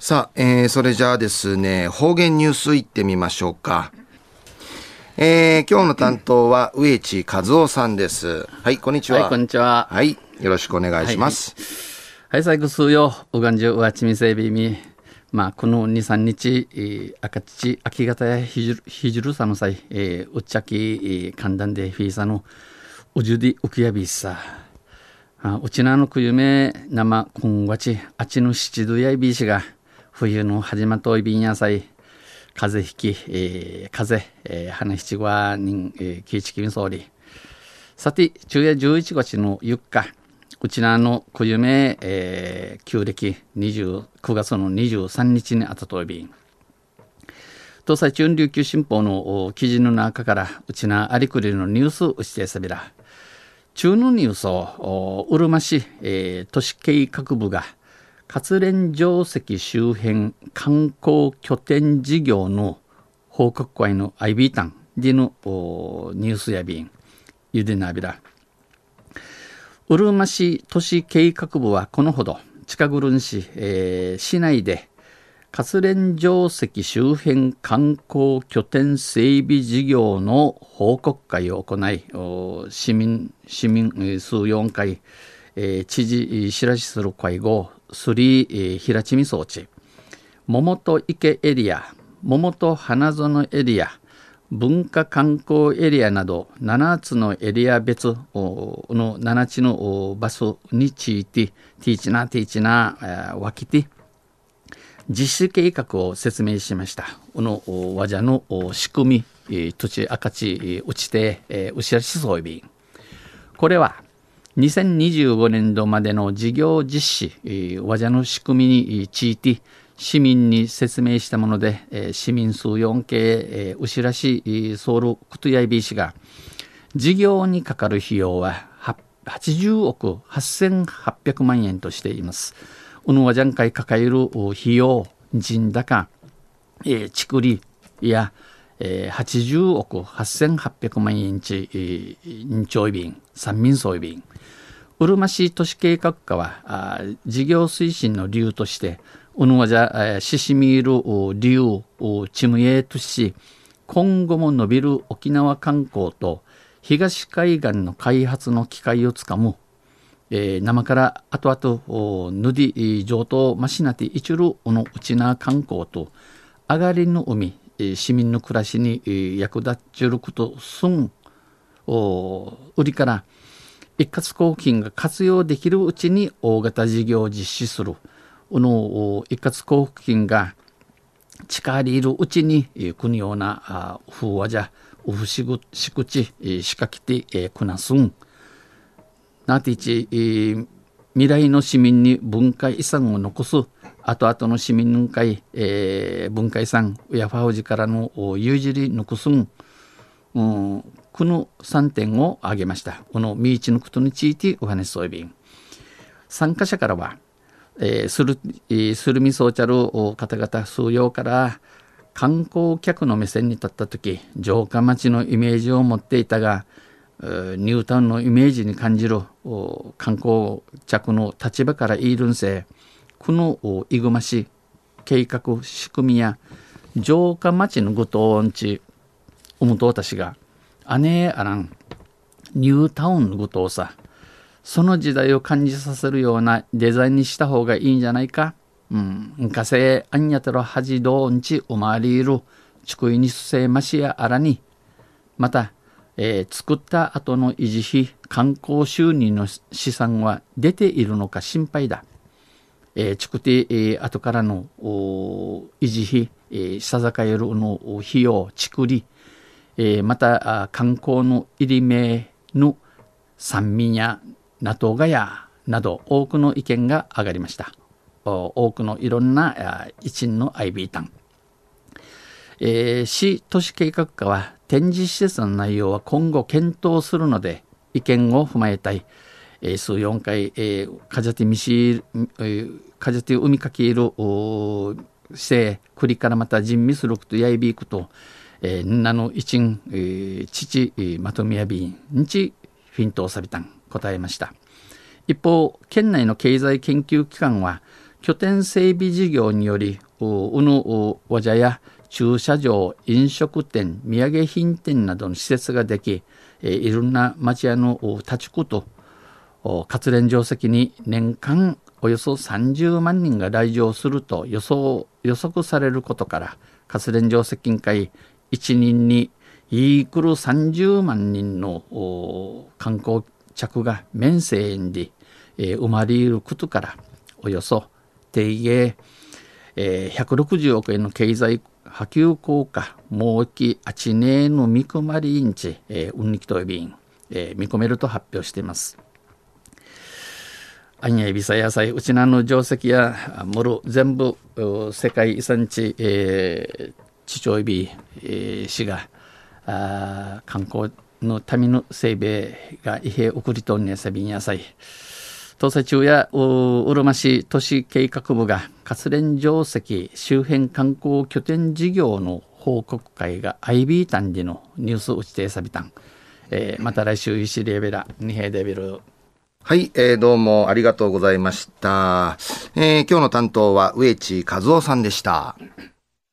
さあ、それじゃあですね、方言ニュースいってみましょうか。今日の担当は植地和夫さんです。はい、こんにちは。 はい、こんにちは。 はい、よろしくお願いします。 はい、最後数よ、うがんじゅうわちみせびみ。この2、3日、赤土、秋方やひじるさの際、うっちゃき、寒暖でフィーサのうじゅりうきやびっさ。うちなのくゆめ、生、こんわち、あちの七度やいびいしが、冬の始まといびんやさい、風邪ひき、風邪、花七は人、きいちきみそうり。さて、昼夜11月の4日、うちなのくゆめ、旧暦9月の23日にあたといびん。東西中琉球新報の記事の中から、うちなありくりのニュースをしてさびら。中のニュースを、うるま市、都市計画部が、活連城跡周辺観光拠点事業の報告会の IB タンでのニュースやびん、ゆでなびら。うるま市都市計画部はこのほど、近ぐ市、市内で活連城跡周辺観光拠点整備事業の報告会を行い、市民数4回、知事白しする会合、スリー平地み装置、桃と池エリア、桃と花園エリア、文化観光エリアなど7つのエリア別の7つの場所についてティーチナ分けて実施計画を説明しました。この和者の仕組み、土地赤地打ち手、うしらしそういびん。これは2025年度までの事業実施、和者の仕組みについて市民に説明したもので、市民数4系、うしらしソウルクトヤイビー氏が事業にかかる費用は80億8800万円としています。うぬわじゃんかい抱える費用、人高、ちくりや、80億8800万円ち、んちょいびん、三民総いびん。うるま市都市計画課は事業推進の理由としてうぬわじゃししみいる理由ちむえとし今後も伸びる沖縄観光と東海岸の開発の機会をつかむ、生から後々ぬり上等ましなていちるうのうちな観光と上がりの海市民の暮らしに役立ちることすん売りから一括交付金が活用できるうちに大型事業を実施する。この一括交付金が近りいるうちに国ような風和じゃうふしぐしくち仕掛けてくなすん。なていち未来の市民に文化遺産を残す後々の市民の会、文化遺産うやファウジからのゆうじり残すん。この3点を挙げました。このミーチのことについてお話しそういびん。参加者からは、するみそうちゃる方々数用から観光客の目線に立ったとき、城下町のイメージを持っていたが、ニュータウンのイメージに感じる観光客の立場からいるんせ、このいぐまし計画仕組みや城下町のごとんち、おむとうたしが、あねあらんニュータウンのことをさその時代を感じさせるようなデザインにした方がいいんじゃないか。かせあんやたろはじどんちおまわりいるちくいにすせましやあらにまた、作った後の維持費観光収入の資産は出ているのか心配だ。ちくて、後からの維持費、さざかえるの費用ちくりまた観光の入り目の三民や名東ヶ谷など多くの意見が上がりました。多くのいろんな一員の IB タン、市都市計画課は展示施設の内容は今後検討するので意見を踏まえたい、数4回、かじゃて海かけいるせくりからまた人味することやいびいくとなの一ん、父まとめやびんちフィントをさびたん答えました。一方県内の経済研究機関は拠点整備事業によりうぬわじゃや駐車場、飲食店、土産品店などの施設ができ、いろんな町屋の立ち区と活連定石に年間およそ30万人が来場すると予測されることから、活連定石会1人にイークル30万人の観光客が面世園で生まれることから、およそ定芸160億円の経済波及効果、もうき8年の見込まりインチ、運力と便、見込めると発表しています。アンヤイビサ野菜、うちなの定石やもろ全部世界遺産地、地長ビ市が観光のための整備が異変送りとんねさびん野菜。東西中やうるま市都市計画部が活連定石周辺観光拠点事業の報告会が IB 単でのニュース打ちてさびたん、また来週石レベラ二平デビル。 はい、どうもありがとうございました。今日の担当は植地和夫さんでした。